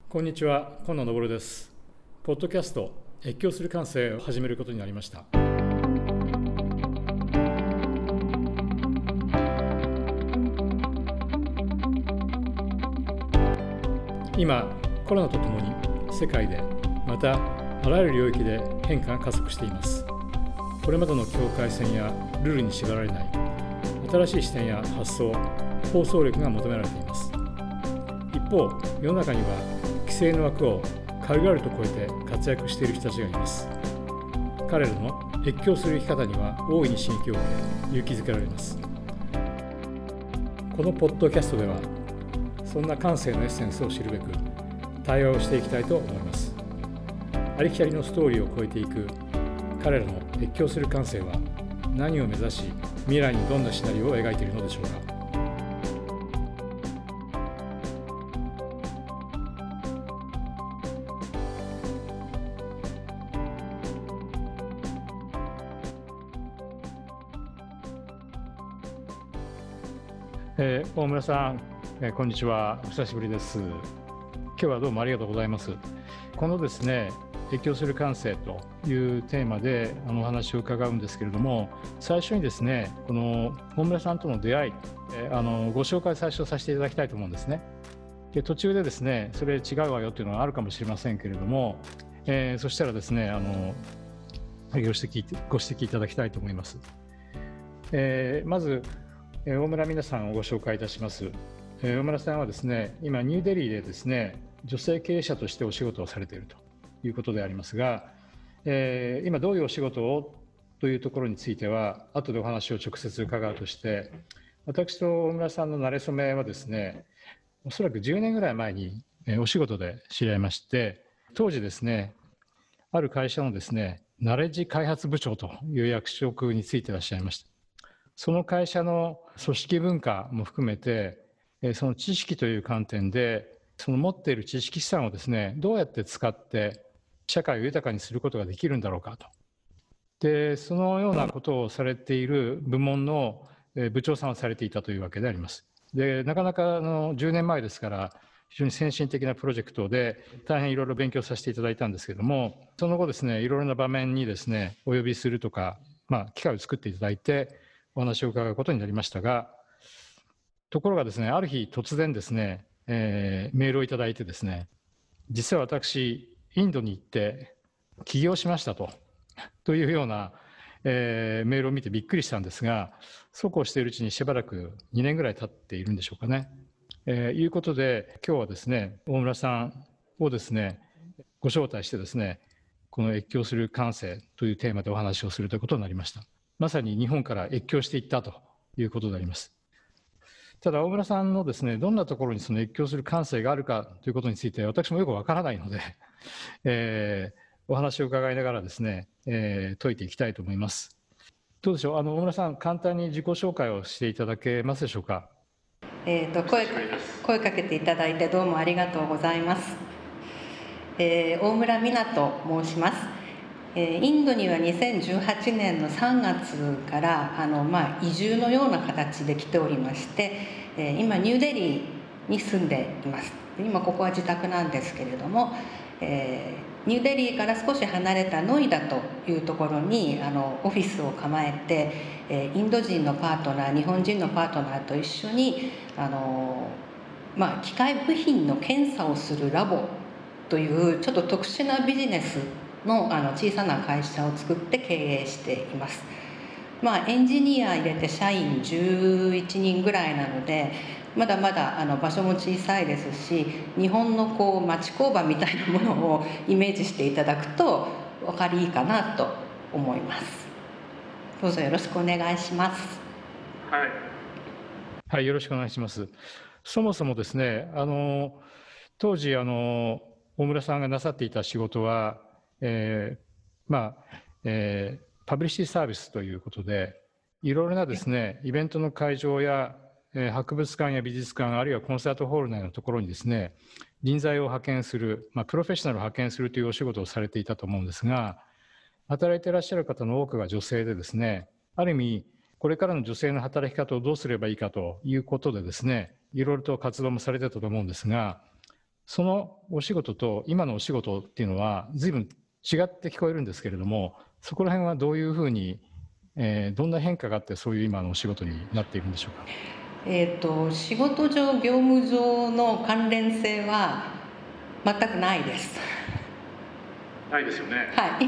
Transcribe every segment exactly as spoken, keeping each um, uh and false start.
こんにちは、今野昇です。ポッドキャスト越境する感性を始めることになりました。今コロナとともに世界でまたあらゆる領域で変化が加速しています。これまでの境界線やルールに縛られない新しい視点や発想、構想力が求められています。一方、世の中には規制の枠を軽々と超えて活躍している人たちがいます。彼らの越境する生き方には大いに刺激を受け、勇気づけられます。このポッドキャストではそんな感性のエッセンスを知るべく対話をしていきたいと思います。ありきたりのストーリーを超えていく彼らの越境する感性は何を目指し、未来にどんなシナリオを描いているのでしょうか。えー、大村さん、えー、こんにちは。お久しぶりです。今日はどうもありがとうございます。このですね、越境する感性というテーマであのお話を伺うんですけれども、最初にですね、この大村さんとの出会い、えー、あのご紹介最初させていただきたいと思うんですね。で、途中でですね、それ違うわよっていうのがあるかもしれませんけれども、えー、そしたらですね、あのご指摘、ご指摘いただきたいと思います。えー、まず大村美奈さんをご紹介いたします。大村さんはですね、今ニューデリーでですね、女性経営者としてお仕事をされているということでありますが、えー、今どういうお仕事をというところについては後でお話を直接伺うとして、私と大村さんの馴れ初めはですね、おそらくじゅうねんぐらい前にお仕事で知り合いまして、当時ですね、ある会社のですね、ナレッジ開発部長という役職についていらっしゃいました。その会社の組織文化も含めて、その知識という観点で、その持っている知識資産をですね、どうやって使って社会を豊かにすることができるんだろうかと。で、そのようなことをされている部門の部長さんをされていたというわけであります。で、なかなかあのじゅうねんまえですから、非常に先進的なプロジェクトで大変いろいろ勉強させていただいたんですけれども、その後ですね、いろいろな場面にですね、お呼びするとか、まあ、機会を作っていただいて、お話を伺うことになりましたが、ところがですね、ある日突然ですね、えー、メールをいただいてですね、実は私、インドに行って起業しましたと、というような、えー、メールを見てびっくりしたんですが、そうこうしているうちにしばらくにねんぐらい経っているんでしょうかね。えー、いうことで、今日はですね、大村さんをですね、ご招待してですね、この越境する感性というテーマでお話をするということになりました。まさに日本から越境していったということであります。ただ大村さんのですね、どんなところにその越境する感性があるかということについて私もよくわからないので、えー、お話を伺いながらですね、えー、解いていきたいと思います。どうでしょう、あの大村さん、簡単に自己紹介をしていただけますでしょうか。 えーと、声、声かけていただいてどうもありがとうございます。えー、大村美奈と申します。えー、インドにはにせんじゅうはちねんのさんがつからあの、まあ、移住のような形で来ておりまして、えー、今ニューデリーに住んでいます。今ここは自宅なんですけれども、えー、ニューデリーから少し離れたノイダというところにあのオフィスを構えて、えー、インド人のパートナー、日本人のパートナーと一緒にあの、まあ、機械部品の検査をするラボというちょっと特殊なビジネスの, あの小さな会社を作って経営しています。まあ、エンジニア入れて社員じゅういちにんぐらいなので、まだまだあの場所も小さいですし、日本のこう町工場みたいなものをイメージしていただくと分かりいいかなと思います。どうぞよろしくお願いします。 はい、はい、よろしくお願いします。そもそもですね、あの当時あの大村さんがなさっていた仕事は、えーまあえー、パブリッシティサービスということで、いろいろなですね、イベントの会場や、えー、博物館や美術館、あるいはコンサートホールなどのところにですね、人材を派遣する、まあ、プロフェッショナルを派遣するというお仕事をされていたと思うんですが、働いていらっしゃる方の多くが女性でですね、ある意味、これからの女性の働き方をどうすればいいかということでですね、いろいろと活動もされてたと思うんですが、 そのお仕事と今のお仕事っていうのは随分違って聞こえるんですけれども、そこら辺はどういうふうに、えー、どんな変化があってそういう今のお仕事になっているんでしょうか。 えーと、仕事上業務上の関連性は全くないです。 ないですよね。 はい、はい、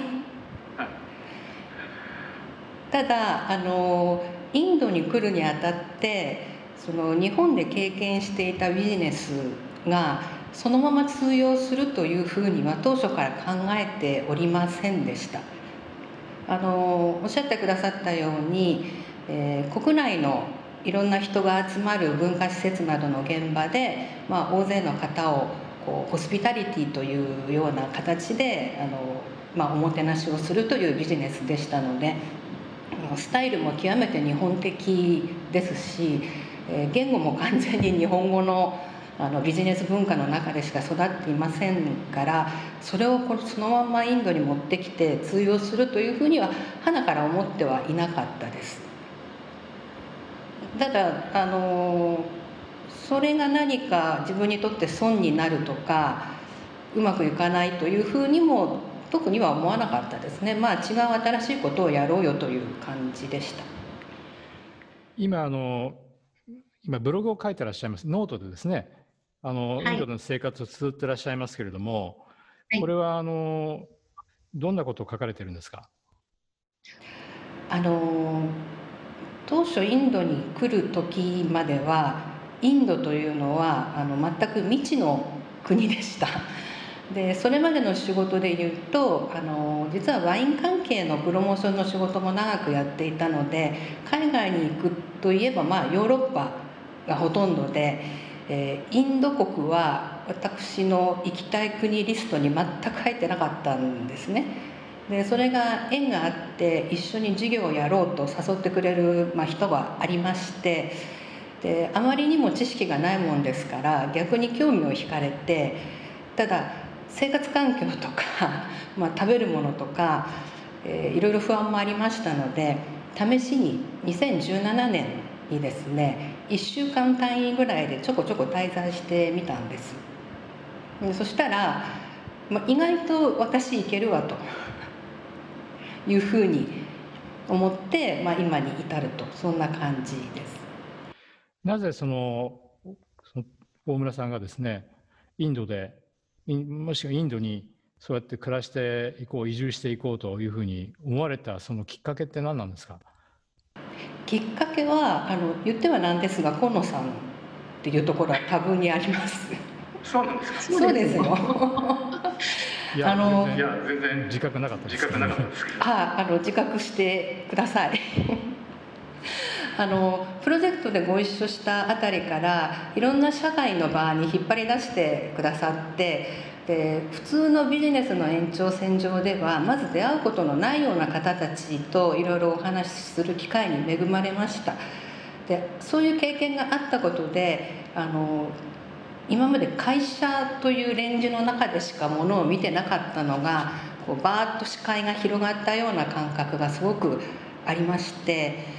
ただあのインドに来るにあたってその日本で経験していたビジネスがそのまま通用するというふうには当初から考えておりませんでした。あのおっしゃってくださったように、えー、国内のいろんな人が集まる文化施設などの現場で、まあ、大勢の方をこうホスピタリティというような形であの、まあ、おもてなしをするというビジネスでしたので、スタイルも極めて日本的ですし、えー、言語も完全に日本語のあのビジネス文化の中でしか育っていませんから、それをこそのままインドに持ってきて通用するというふうには鼻から思ってはいなかったです。ただあのそれが何か自分にとって損になるとかうまくいかないというふうにも特には思わなかったですね。まあ違う新しいことをやろうよという感じでした。 今あの今ブログを書いてらっしゃいます。ノートでですね、あの、はい、インドの生活を綴ってらっしゃいますけれども、はい、これはあのどんなことを書かれてるんですか。 あの当初インドに来る時まではインドというのはあの全く未知の国でした。でそれまでの仕事でいうとあの実はワイン関係のプロモーションの仕事も長くやっていたので、海外に行くといえばまあヨーロッパがほとんどで、えー、インド国は私の行きたい国リストに全く入ってなかったんですね。でそれが縁があって一緒に事業をやろうと誘ってくれる、まあ、人がありまして、であまりにも知識がないもんですから逆に興味を惹かれて、ただ生活環境とか、まあ、食べるものとか、えー、いろいろ不安もありましたので、試しににせんじゅうななねんにですねいっしゅうかん単位ぐらいでちょこちょこ滞在してみたんです。でそしたら、まあ、意外と私いけるわというふうに思って、まあ、今に至ると、そんな感じです。 なぜそのその大村さんがですねインドでもしくはインドにそうやって暮らしていこう、移住していこうというふうに思われたそのきっかけって何なんですか。 きっかけはあの言ってはなんですが、河野さんっていうところは多分にあります。 そうなんですか。 そうですよ。 いや、あの全然、いや全然自覚なかったです。自覚なかったですけど。 あ、あの自覚してください。あのプロジェクトでご一緒したあたりからいろんな社会の場に引っ張り出してくださって、で普通のビジネスの延長線上ではまず出会うことのないような方たちといろいろお話しする機会に恵まれました。でそういう経験があったことであの今まで会社というレンジの中でしかものを見てなかったのがこうバーッと視界が広がったような感覚がすごくありまして、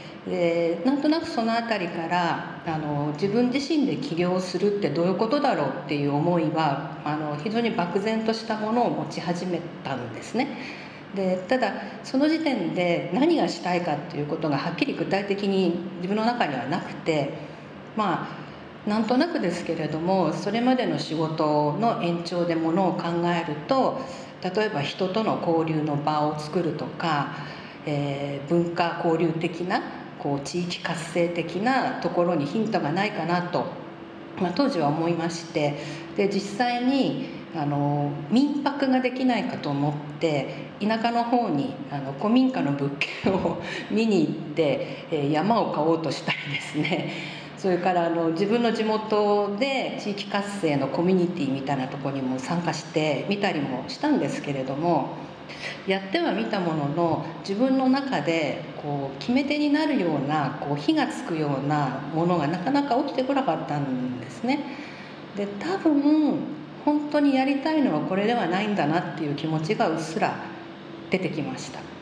でなんとなくその辺りからあの自分自身で起業するってどういうことだろうっていう思いはあの非常に漠然としたものを持ち始めたんですね。でただその時点で何がしたいかっていうことがはっきり具体的に自分の中にはなくて、まあなんとなくですけれどもそれまでの仕事の延長でものを考えると、例えば人との交流の場を作るとか、えー、文化交流的なこう地域活性的なところにヒントがないかなと、まあ、当時は思いまして、で実際にあの民泊ができないかと思って田舎の方にあの古民家の物件を見に行って、えー、山を買おうとしたりですね、それからあの自分の地元で地域活性のコミュニティみたいなところにも参加してみたりもしたんですけれども、やってはみたものの自分の中でこう決め手になるようなこう火がつくようなものがなかなか起きてこなかったんですね。で多分本当にやりたいのはこれではないんだなっていう気持ちがうっすら出てきました。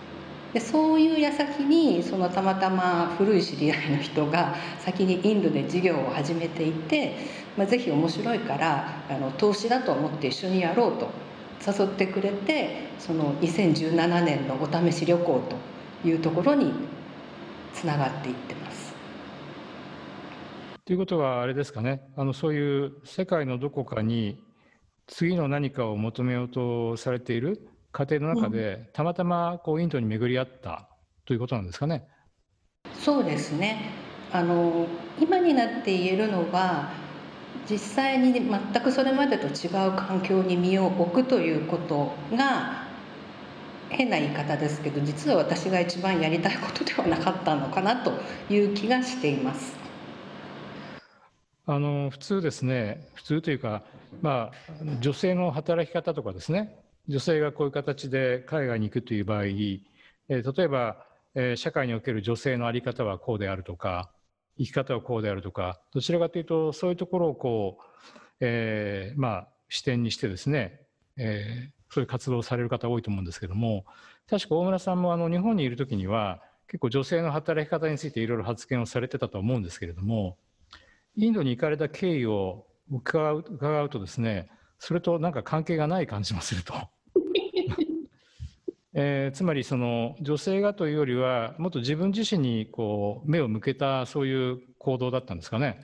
でそういう矢先にそのたまたま古い知り合いの人が先にインドで事業を始めていて、まあ、ぜひ面白いからあの投資だと思って一緒にやろうと誘ってくれて、そのにせんじゅうななねんのお試し旅行というところにつながっていってます。 ということはあれですかね、あのそういう世界のどこかに次の何かを求めようとされている過程の中で、うん、たまたまこうインドに巡り合ったということなんですかね。 そうですね。あの今になって言えるのは、実際に全くそれまでと違う環境に身を置くということが、変な言い方ですけど、実は私が一番やりたいことではなかったのかなという気がしています。 あの普通ですね、普通というか、まあ、女性の働き方とかですね、女性がこういう形で海外に行くという場合、えー、例えば、えー、社会における女性の在り方はこうであるとか、生き方はこうであるとか、どちらかというとそういうところをこう、えー、まあ視点にしてですね、えー、そういう活動をされる方多いと思うんですけども、確か大村さんもあの日本にいるときには結構女性の働き方についていろいろ発言をされてたと思うんですけれども、インドに行かれた経緯を伺う、伺うとですね、それとなんか関係がない感じもすると、えー、つまりその女性がというよりはもっと自分自身にこう目を向けたそういう行動だったんですかね。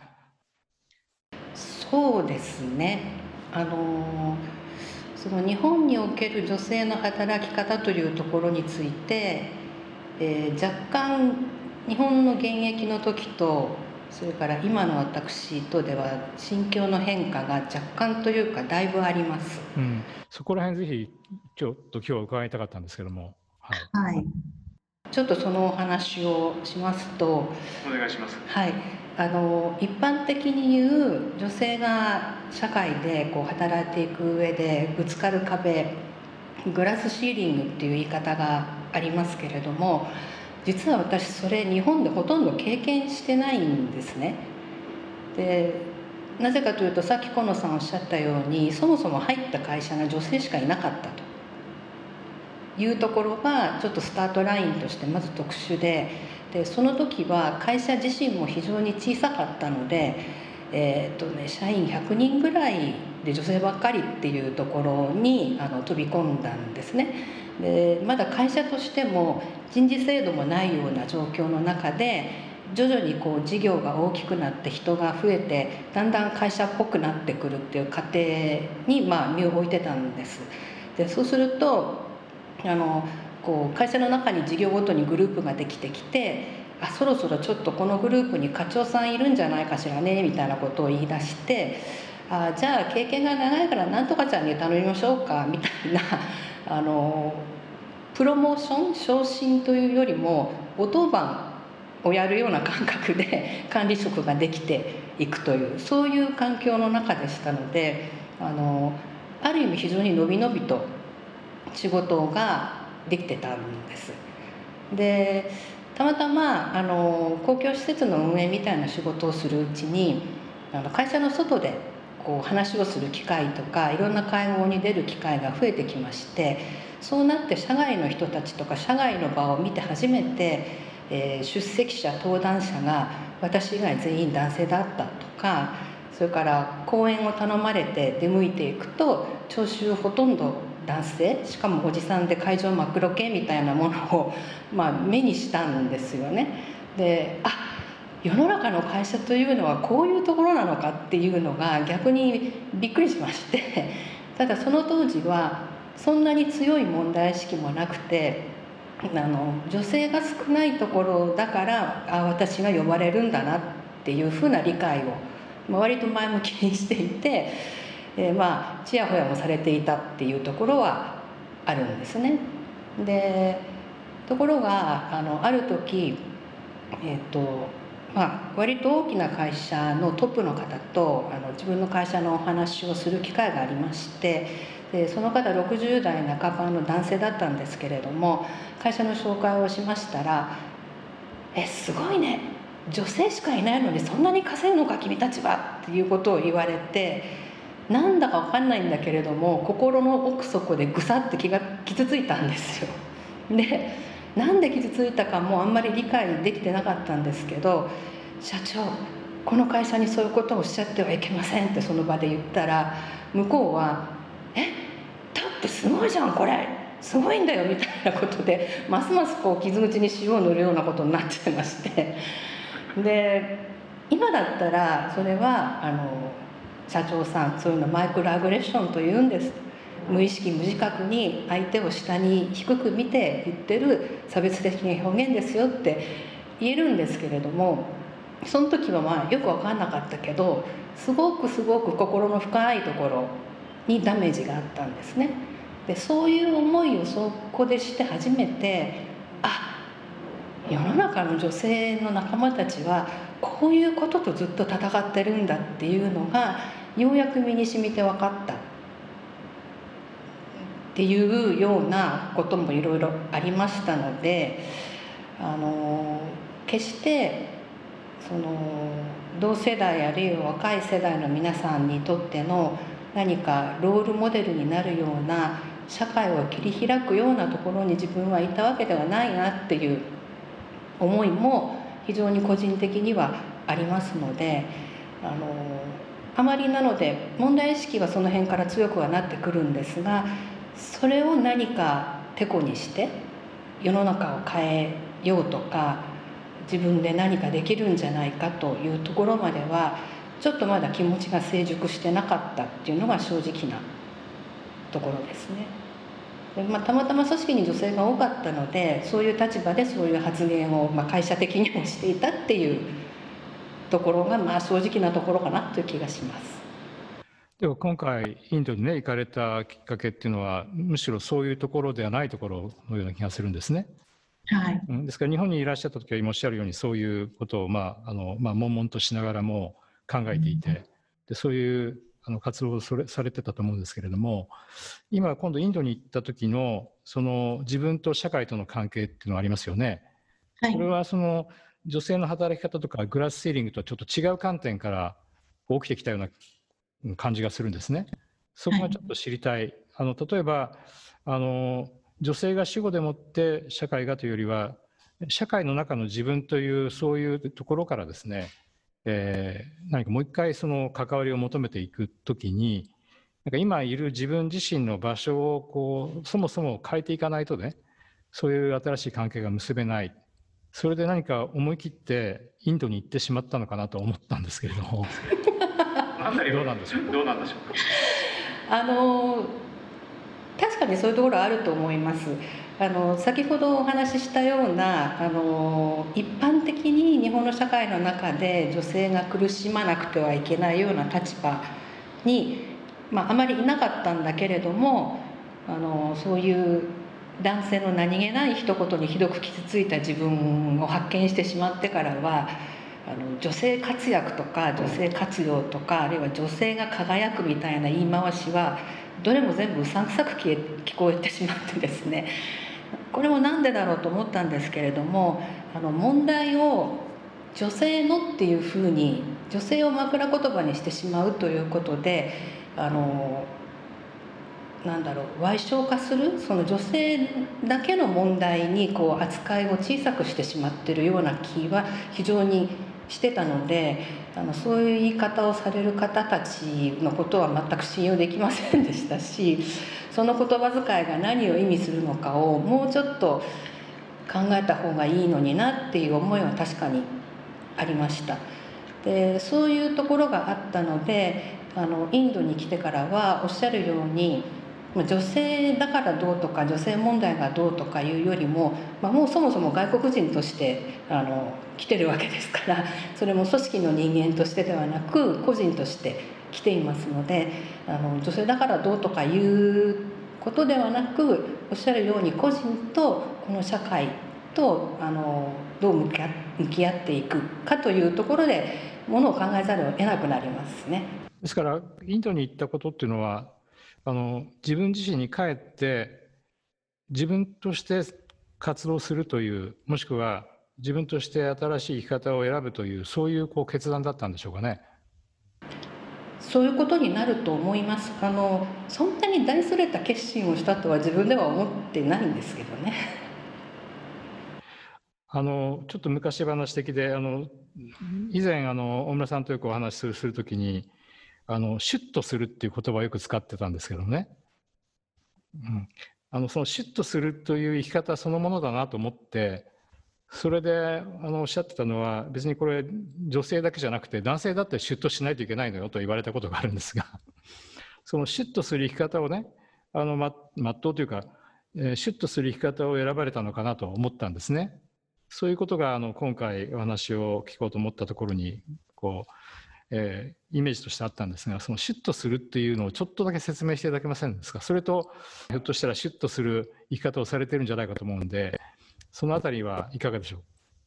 そうですね。あのその日本における女性の働き方というところについて、えー、若干日本の現役の時とそれから今の私とでは心境の変化が若干というかだいぶあります。 うん、そこら辺ぜひちょっと今日は伺いたかったんですけども、 はい、はい、ちょっとそのお話をしますと、お願いします。 はい、あの一般的に言う女性が社会でこう働いていく上でぶつかる壁、グラスシーリングっていう言い方がありますけれども、実は私それ日本でほとんど経験してないんですね。でなぜかというと、さっき河野さんおっしゃったように、そもそも入った会社が女性しかいなかったというところがちょっとスタートラインとしてまず特殊で、でその時は会社自身も非常に小さかったので、えーっとね、社員ひゃくにんぐらいで女性ばっかりっていうところにあの飛び込んだんですね。でまだ会社としても人事制度もないような状況の中で、徐々にこう事業が大きくなって人が増えてだんだん会社っぽくなってくるっていう過程にまあ身を置いてたんです。でそうするとあのこう会社の中に事業ごとにグループができてきて、あそろそろちょっとこのグループに課長さんいるんじゃないかしらねみたいなことを言い出して、あじゃあ経験が長いからなんとかちゃんに頼みましょうかみたいなあのプロモーション昇進というよりもお当番をやるような感覚で管理職ができていくという、そういう環境の中でしたので、あのある意味非常にのびのびと仕事ができてたんです。でたまたまあの公共施設の運営みたいな仕事をするうちに、あの会社の外でこう話をする機会とかいろんな会合に出る機会が増えてきまして、そうなって社外の人たちとか社外の場を見て初めて、えー、出席者登壇者が私以外全員男性だったとか、それから講演を頼まれて出向いていくと聴衆ほとんど男性、しかもおじさんで会場真っ黒系みたいなものを、まあ、目にしたんですよね。で、あ世の中の会社というのはこういうところなのかっていうのが逆にびっくりしまして、ただその当時はそんなに強い問題意識もなくて、あの女性が少ないところだからあ私が呼ばれるんだなっていうふうな理解を割と前向きにしていて、えー、まあちやほやもされていたっていうところはあるんですね。でところがあのある時、えーとまあ、割と大きな会社のトップの方とあの自分の会社のお話をする機会がありまして、でその方ろくじゅう代半ばの男性だったんですけれども、会社の紹介をしましたら「えすごいね、女性しかいないのにそんなに稼ぐのか君たちは」っていうことを言われて、なんだか分かんないんだけれども心の奥底でぐさって気が傷ついたんですよ。でなんで傷ついたかもあんまり理解できてなかったんですけど、社長この会社にそういうことをおっしゃってはいけませんってその場で言ったら、向こうはえだってすごいじゃんこれすごいんだよみたいなことで、ますますこう傷口に塩を塗るようなことになっちゃいまして、で今だったらそれはあの社長さんそういうのマイクロアグレッションというんです、無意識無自覚に相手を下に低く見て言ってる差別的な表現ですよって言えるんですけれども、その時はまあよく分かんなかったけど、すごくすごく心の深いところにダメージがあったんですね。でそういう思いをそこでして初めて、あ世の中の女性の仲間たちはこういうこととずっと戦ってるんだっていうのがようやく身に染みて分かったっていうようなこともいろいろありましたので、あの決してその同世代あるいは若い世代の皆さんにとっての何かロールモデルになるような社会を切り開くようなところに自分はいたわけではないなっていう思いも非常に個人的にはありますので、あのあまりなので問題意識はその辺から強くはなってくるんですが、それを何かてこにして世の中を変えようとか自分で何かできるんじゃないかというところまではちょっとまだ気持ちが成熟してなかったっていうのが正直なところですね。でまあ、たまたま組織に女性が多かったのでそういう立場でそういう発言を、まあ、会社的にもしていたっていうところがまあ正直なところかなという気がします。 では今回インドにね行かれたきっかけっていうのはむしろそういうところではないところのような気がするんですね。 はい、 ですから日本にいらっしゃった時は今おっしゃるようにそういうことをまああのまあ悶々としながらも考えていて、でそういうあの活動をそれされてたと思うんですけれども、今今度インドに行った時のその自分と社会との関係っていうのがありますよね。 はい、 これはその女性の働き方とかグラスセーリングとはちょっと違う観点から起きてきたような感じがするんですね。そこがちょっと知りたい。あの例えばあの女性が主語でもって社会がというよりは社会の中の自分というそういうところからですね、えー、何かもう一回その関わりを求めていくときに、なんか今いる自分自身の場所をこうそもそも変えていかないとね、そういう新しい関係が結べない。それで何か思い切ってインドに行ってしまったのかなと思ったんですけれどもどうなんでしょう。どうなんでしょうあの確かにそういうところあると思います。あの先ほどお話ししたようなあの一般的に日本の社会の中で女性が苦しまなくてはいけないような立場に、まあ、あまりいなかったんだけれども、あのそういう男性の何気ない一言にひどく傷ついた自分を発見してしまってからは、あの女性活躍とか女性活用とかあるいは女性が輝くみたいな言い回しはどれも全部うさんくさく聞こえてしまってですね、これもなんでだろうと思ったんですけれども、あの問題を女性のっていうふうに女性を枕言葉にしてしまうということで、あのなんだろう矮小化する、その女性だけの問題にこう扱いを小さくしてしまっているような気は非常にしてたので、あのそういう言い方をされる方たちのことは全く信用できませんでしたし、その言葉遣いが何を意味するのかをもうちょっと考えた方がいいのになっていう思いは確かにありました。でそういうところがあったので、あのインドに来てからはおっしゃるように女性だからどうとか女性問題がどうとかいうよりも、まあ、もうそもそも外国人としてあの来てるわけですから、それも組織の人間としてではなく個人として来ていますので、あの女性だからどうとかいうことではなく、おっしゃるように個人とこの社会とあのどう向き合向き合っていくかというところでものを考えざるを得なくなりますね。 ですからインドに行ったことっていうのはあの自分自身に帰って自分として活動するという、もしくは自分として新しい生き方を選ぶという、そういうこう決断だったんでしょうかね。 そういうことになると思います。あのそんなに大それた決心をしたとは自分では思ってないんですけどね。 あのちょっと昔話的で、あの以前あの大村さんとよくお話しするするときに、あのシュッとするっていう言葉をよく使ってたんですけどね、うん、あのそのシュッとするという生き方そのものだなと思って、それであのおっしゃってたのは、別にこれ女性だけじゃなくて男性だってシュッとしないといけないのよと言われたことがあるんですが、そのシュッとする生き方をね、あのま全うというか、えーシュッとする生き方を選ばれたのかなと思ったんですね。そういうことがあの今回お話を聞こうと思ったところにこう、えーイメージとしてあったんですが、そのシュッとするっていうのをちょっとだけ説明していただけませんですか。それとひょっとしたらシュッとする生き方をされてるんじゃないかと思うんで、そのあたりはいかがでしょう。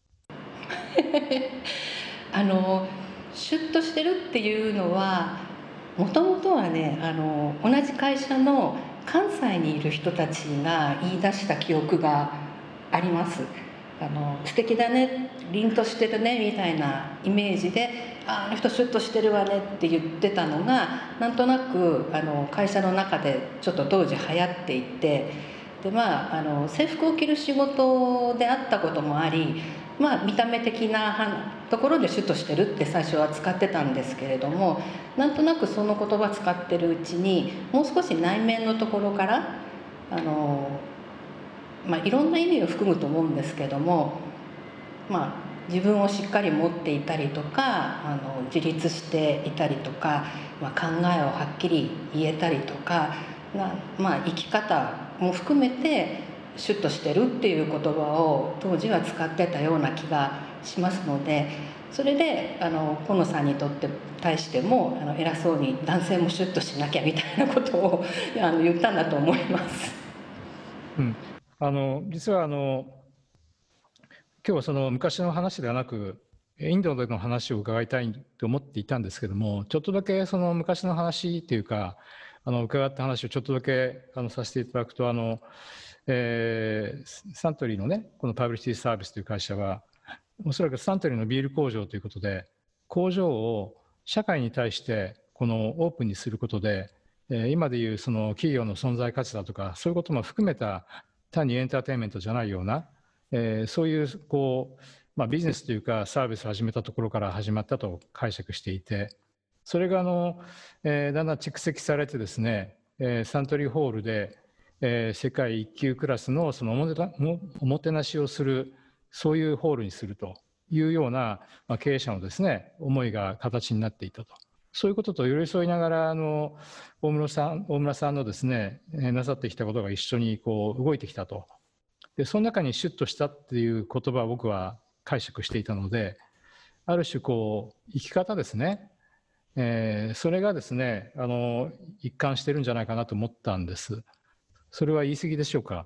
あのシュッとしてるっていうのは、もともとはね、あの同じ会社の関西にいる人たちが言い出した記憶があります。あの素敵だね、凛としてるねみたいなイメージで、ああの人シュッとしてるわねって言ってたのが、なんとなくあの会社の中でちょっと当時流行っていて、でまああの制服を着る仕事であったこともあり、まあ、見た目的なところでシュッとしてるって最初は使ってたんですけれども、なんとなくその言葉使ってるうちに、もう少し内面のところからあの、まあ、いろんな意味を含むと思うんですけども、まあ、自分をしっかり持っていたりとか、あの自立していたりとか、まあ、考えをはっきり言えたりとかな、まあ、生き方も含めてシュッとしてるっていう言葉を当時は使ってたような気がしますので、それであの河野さんにとって対してもあの偉そうに男性もシュッとしなきゃみたいなことをあの言ったんだと思います。 うん、あの実はあの今日はその昔の話ではなく、インドでの話を伺いたいと思っていたんですけども、ちょっとだけその昔の話というか、あの伺った話をちょっとだけあのさせていただくと、あの、えーサントリーのね、このパブリシティサービスという会社は、おそらくサントリーのビール工場ということで、工場を社会に対してこのオープンにすることで、えー今でいうその企業の存在価値だとか、そういうことも含めた単にエンターテインメントじゃないような、えーそういうこう、まあ、ビジネスというかサービスを始めたところから始まったと解釈していて、それがあの、えーだんだん蓄積されてですね、えーサントリーホールで、えー世界一級クラスのそのおもてなおもてなしをする、そういうホールにするというような、まあ、経営者のですね思いが形になっていたと。そういうことと寄り添いながら、あの大村さん大村さんのですねなさってきたことが一緒にこう動いてきたと。でその中にシュッとしたっていう言葉を僕は解釈していたので、ある種こう生き方ですね、えーそれがですねあの一貫してるんじゃないかなと思ったんです。それは言い過ぎでしょうか。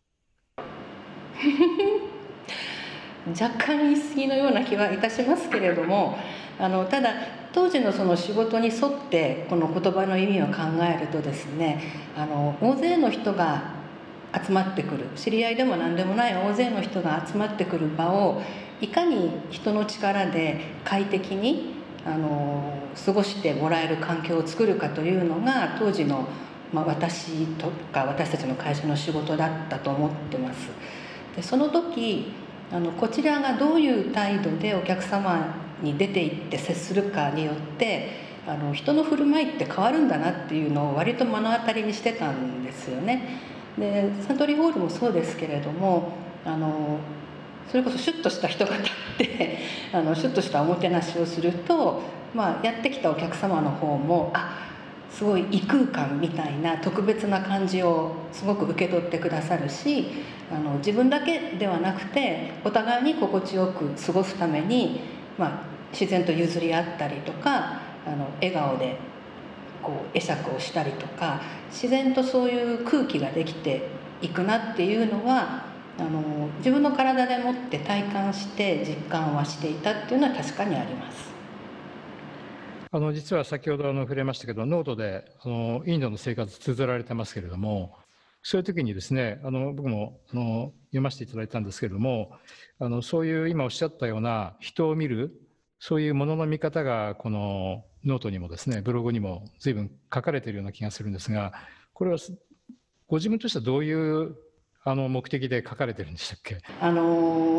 若干言い過ぎのような気はいたしますけれども、あのただ当時のその仕事に沿ってこの言葉の意味を考えるとですね、あの大勢の人が集まってくる、知り合いでも何でもない大勢の人が集まってくる場をいかに人の力で快適にあの過ごしてもらえる環境を作るかというのが当時の、まあ、私とか私たちの会社の仕事だったと思ってます。でその時あのこちらがどういう態度でお客様に出て行って接するかによってあの人の振る舞いって変わるんだなっていうのを割と目の当たりにしてたんですよね。でサントリーホールもそうですけれども、あのそれこそシュッとした人が立ってあのシュッとしたおもてなしをすると、まあ、やってきたお客様の方もあすごい異空間みたいな特別な感じをすごく受け取ってくださるし、あの自分だけではなくてお互いに心地よく過ごすために、まあ、自然と譲り合ったりとかあの笑顔でこう会釈をしたりとか自然とそういう空気ができていくなっていうのはあの自分の体でもって体感して実感はしていたっていうのは確かにあります。 あの実は先ほどあの触れましたけど、ノートであのインドの生活綴られてますけれども、そういう時にですね、あの僕もあの読ませていただいたんですけれども、あのそういう今おっしゃったような人を見る、そういうものの見方がこのノートにもですね、ブログにも随分書かれているような気がするんですが、これはご自分としてはどういうあの目的で書かれてるんでしたっけ？ あの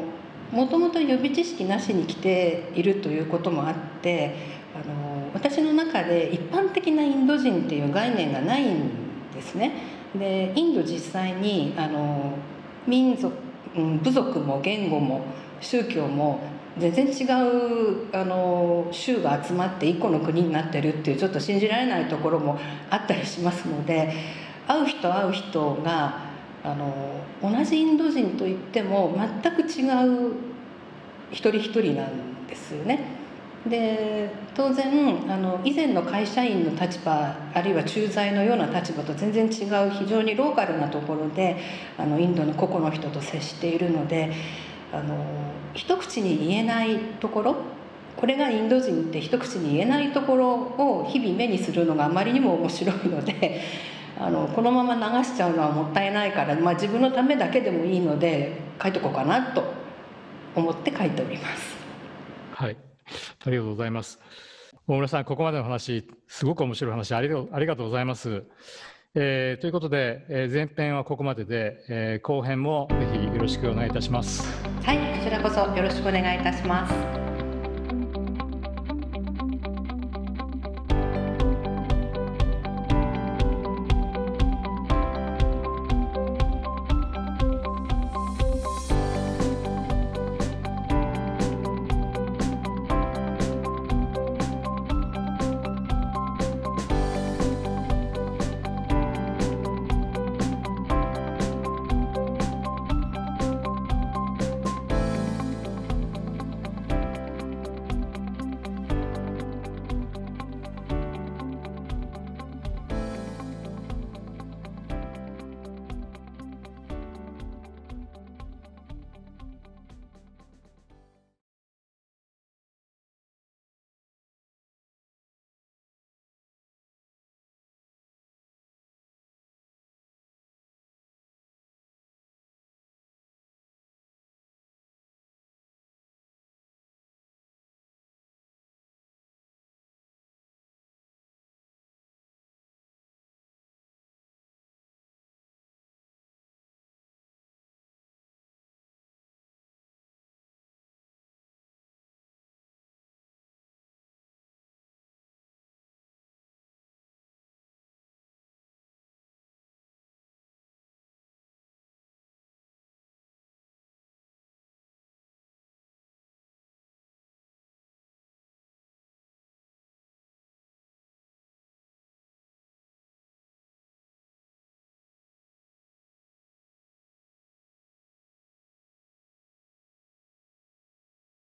もともと予備知識なしに来ているということもあって、あの私の中で一般的なインド人っていう概念がないんですね。でインド実際にあの民族、部族も言語も宗教も全然違うあの州が集まって一個の国になってるっていうちょっと信じられないところもあったりしますので、会う人会う人があの同じインド人といっても全く違う一人一人なんですよね。で当然あの以前の会社員の立場あるいは駐在のような立場と全然違う非常にローカルなところであのインドの個々の人と接しているので、あの一口に言えないところ、これがインド人って一口に言えないところを日々目にするのがあまりにも面白いので、あのこのまま流しちゃうのはもったいないから、まあ、自分のためだけでもいいので書いとこうかなと思って書いております。 はい、ありがとうございます。大村さん、ここまでの話、すごく面白い話ありがとう、ありがとうございます。えー、ということで、えー、前編はここまでで、えー、後編もぜひよろしくお願いいたします。 はい、こちらこそよろしくお願いいたします。